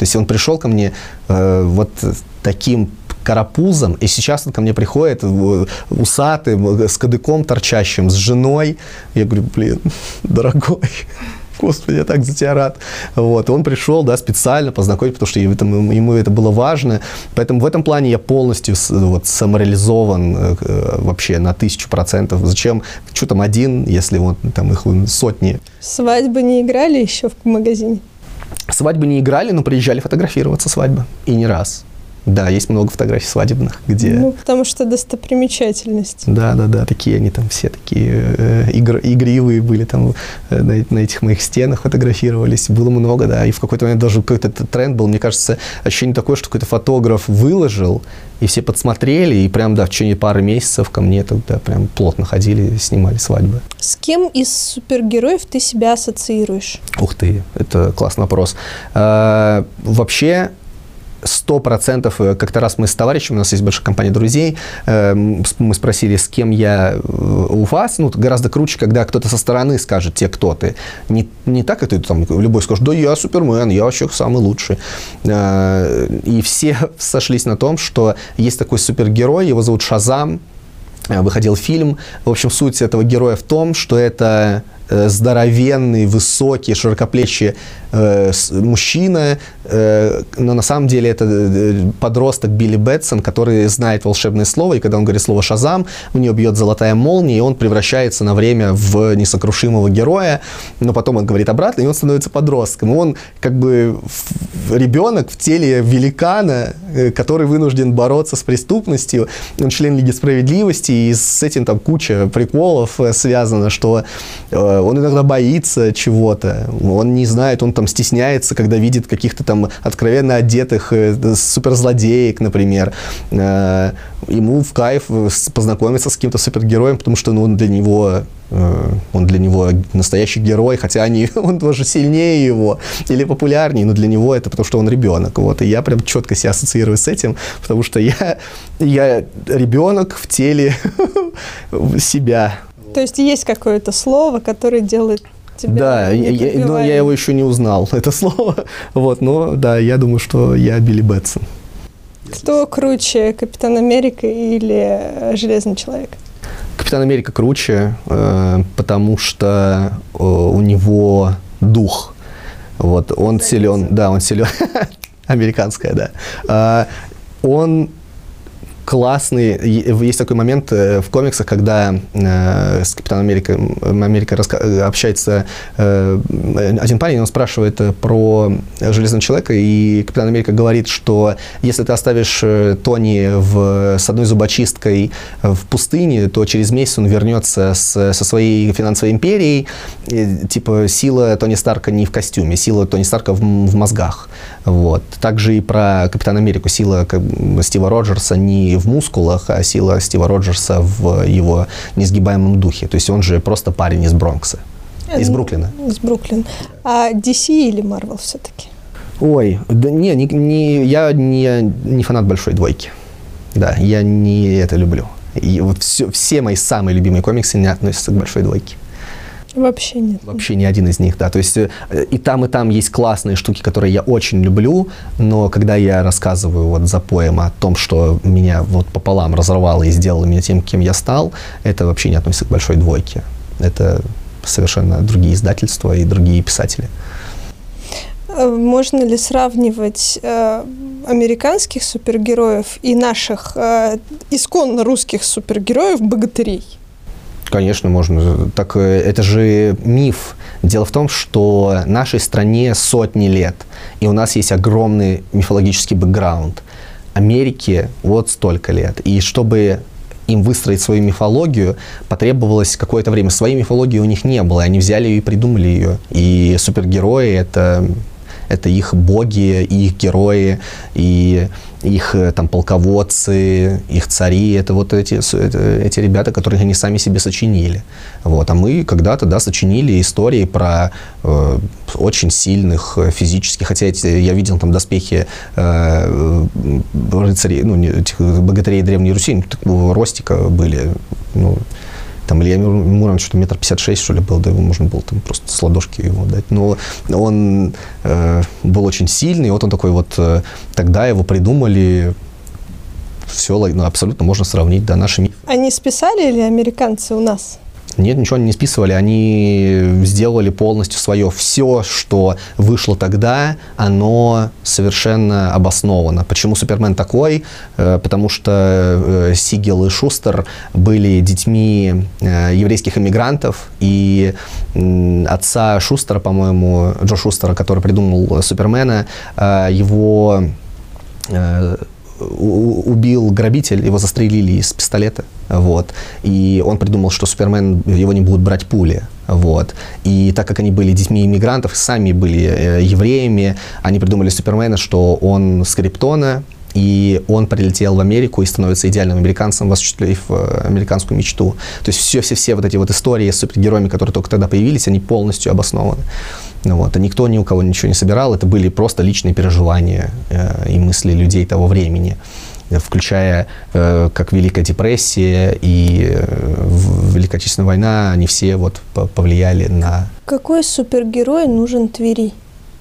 То есть он пришел ко мне э, вот таким карапузом, и сейчас он ко мне приходит усатый, с кадыком торчащим, с женой. Я говорю, блин, дорогой, Господи, я так за тебя рад. Вот. Он пришел, да, специально познакомить, потому что ему, ему это было важно. Поэтому в этом плане я полностью вот, самореализован э, вообще на тысячу процентов. Зачем? Что там один, если вот там их сотни? Свадьбы не играли еще в магазине? Свадьбы не играли, но приезжали фотографироваться свадьбы. И не раз. Да, есть много фотографий свадебных, где... Ну, потому что достопримечательность. Да, да, да, такие они там все такие э, игр, игривые были там э, на, на этих моих стенах фотографировались. Было много, да, и в какой-то момент даже какой-то тренд был, мне кажется, ощущение такое, что какой-то фотограф выложил, и все подсмотрели, и прям, да, в течение пары месяцев ко мне тогда прям плотно ходили, снимали свадьбы. С кем из супергероев ты себя ассоциируешь? Ух ты, это классный вопрос. А, вообще... Сто процентов, как-то раз мы с товарищем, у нас есть большая компания друзей, мы спросили, с кем я у вас, ну, гораздо круче, когда кто-то со стороны скажет тебе, кто ты. Не, не так, как ты там, любой скажет, да я Супермен, я вообще самый лучший. И все сошлись на том, что есть такой супергерой, его зовут Шазам, выходил фильм. В общем, суть этого героя в том, что это здоровенный, высокий, широкоплечий э, мужчина, э, но на самом деле это подросток Билли Бэтсон, который знает волшебное слово, и когда он говорит слово «Шазам», у него бьет золотая молния, и он превращается на время в несокрушимого героя, но потом он говорит обратно, и он становится подростком. И он как бы ребенок в теле великана, который вынужден бороться с преступностью. Он член Лиги Справедливости, и с этим там куча приколов связано, что э, он иногда боится чего-то, он не знает, он там стесняется, когда видит каких-то там откровенно одетых э, суперзлодеек, например. Э, ему в кайф познакомиться с каким-то супергероем, потому что ну, он для него... Он для него настоящий герой, хотя они, он тоже сильнее его или популярнее, но для него это потому, что он ребенок. Вот. И я прям четко себя ассоциирую с этим, потому что я, я ребенок в теле себя. То есть есть какое-то слово, которое делает тебя... Да, я, но я его еще не узнал, это слово. Вот, но да, я думаю, что я Билли Бэтсон. Кто круче, Капитан Америка или Железный человек? Капитан Америка круче, э, потому что э, у него дух. Вот, он силен, да, он силен. Американская, да. Э, он классный. Есть такой момент в комиксах, когда э, с Капитаном Америкой Америка раска- общается э, один парень, он спрашивает про Железного человека, и Капитан Америка говорит, что если ты оставишь Тони в, с одной зубочисткой в пустыне, то через месяц он вернется с, со своей финансовой империей. И, типа, сила Тони Старка не в костюме, сила Тони Старка в, в мозгах. Вот. Также и про Капитана Америку. Сила как, Стива Роджерса не в мускулах, а сила Стива Роджерса в его несгибаемом духе. То есть он же просто парень из Бронкса. Из Бруклина. Из Бруклина. А ди си или Marvel все-таки? Ой, да не, не, не, я не, не фанат большой двойки. Да, я не это люблю. И вот все, все мои самые любимые комиксы не относятся к большой двойке. Вообще нет. Вообще ни один из них, да. То есть и там, и там есть классные штуки, которые я очень люблю, но когда я рассказываю вот запоем о том, что меня вот пополам разорвало и сделало меня тем, кем я стал, это вообще не относится к большой двойке. Это совершенно другие издательства и другие писатели. Можно ли сравнивать э, американских супергероев и наших э, исконно русских супергероев-богатырей? Конечно, можно. Так это же миф. Дело в том, что нашей стране сотни лет, и у нас есть огромный мифологический бэкграунд. Америке вот столько лет. И чтобы им выстроить свою мифологию, потребовалось какое-то время. Своей мифологии у них не было, они взяли ее и придумали ее. И супергерои — это... Это их боги, их герои, и их там полководцы, их цари. Это вот эти, это, эти ребята, которых они сами себе сочинили. Вот. А мы когда-то, да, сочинили истории про э, очень сильных физически. Хотя эти, я видел там доспехи э, рыцарей, ну, этих богатырей Древней Руси, такого ростика были, ну, Там Илья Муромец что-то метр пятьдесят шесть, что ли, был, да его можно было там просто с ладошки его дать. Но он э, был очень сильный, и вот он такой вот, э, тогда его придумали, все ну, абсолютно можно сравнить, да, наши мифы. Они списали или американцы у нас? Нет, ничего они не списывали, они сделали полностью свое. Все, что вышло тогда, оно совершенно обосновано. Почему Супермен такой? Потому что Сигел и Шустер были детьми еврейских иммигрантов, и отца Шустера, по-моему, Джо Шустера, который придумал Супермена, его убил грабитель, его застрелили из пистолета, вот, и он придумал, что Супермен, его не будут брать пули, вот, и так как они были детьми иммигрантов, сами были э, евреями, они придумали Супермена, что он с Криптона, и он прилетел в Америку и становится идеальным американцем, осуществив американскую мечту. То есть все-все-все вот эти вот истории с супергероями, которые только тогда появились, они полностью обоснованы. Вот. А никто ни у кого ничего не собирал, это были просто личные переживания э, и мысли людей того времени, включая э, как Великая депрессия и э, Великая Отечественная война, они все вот повлияли на... Какой супергерой нужен Твери?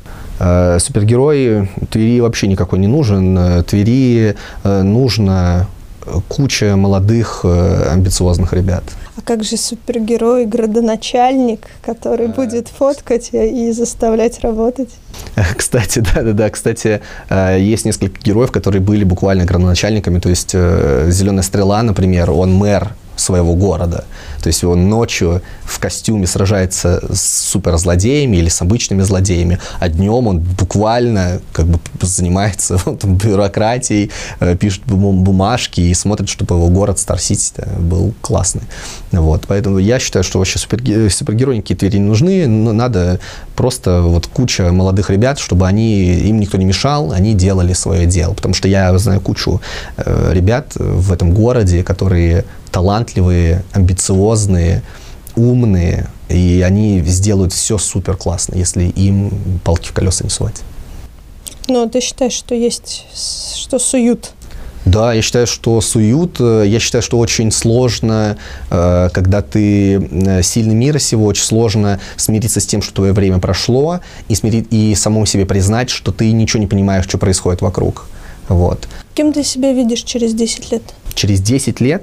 Э, супергерой Твери вообще никакой не нужен. Твери э, нужно куча молодых э, амбициозных ребят. А как же супергерой, градоначальник, который будет фоткать и заставлять работать? Кстати, да-да-да, кстати, есть несколько героев, которые были буквально градоначальниками, то есть «Зеленая стрела», например, он мэр своего города. То есть он ночью в костюме сражается с суперзлодеями или с обычными злодеями, а днем он буквально как бы занимается там, бюрократией, пишет бумажки и смотрит, чтобы его город Стар-Сити был классный. Вот. Поэтому я считаю, что вообще супергерои, супергерои никакие Твери не нужны, но надо просто вот куча молодых ребят, чтобы они, им никто не мешал, они делали свое дело. Потому что я знаю кучу э, ребят в этом городе, которые талантливые, амбициозные, умные, и они сделают все супер классно, если им палки в колеса не сувать. Но ты считаешь, что есть, что суют? Да, я считаю, что суют. Я считаю, что очень сложно, когда ты сильный мира сего, очень сложно смириться с тем, что твое время прошло, и, смирить, и самому себе признать, что ты ничего не понимаешь, что происходит вокруг. Вот. Кем ты себя видишь через десять лет? Через десять лет?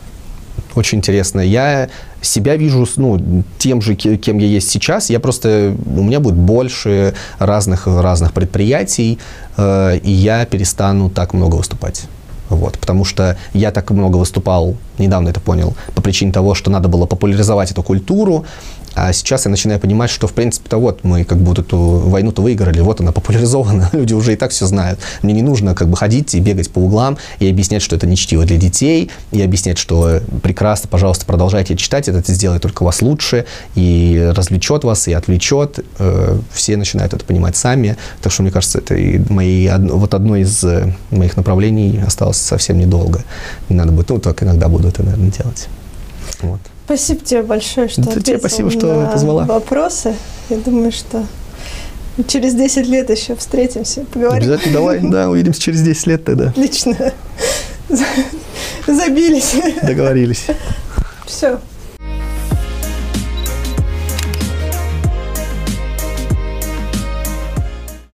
Очень интересно. Я себя вижу ну, тем же, кем я есть сейчас. Я просто, у меня будет больше разных, разных предприятий, э, и я перестану так много выступать. Вот, потому что я так много выступал, недавно это понял, по причине того, что надо было популяризовать эту культуру. А сейчас я начинаю понимать, что, в принципе-то, вот, мы как бы эту войну-то выиграли, вот она популяризована, люди уже и так все знают. Мне не нужно как бы ходить и бегать по углам и объяснять, что это не чтиво для детей, и объяснять, что прекрасно, пожалуйста, продолжайте читать, это сделает только вас лучше, и развлечет вас, и отвлечет. Все начинают это понимать сами. Так что, мне кажется, это и мои, вот одно из моих направлений осталось совсем недолго. Не надо будет, ну, только иногда буду это, наверное, делать. Вот. Спасибо тебе большое, что да, ответил тебе спасибо, что на позвала. вопросы. Я думаю, что через десять лет еще встретимся, поговорим. Обязательно давай, да, увидимся через десять лет тогда. Отлично. Забились. Договорились. Все.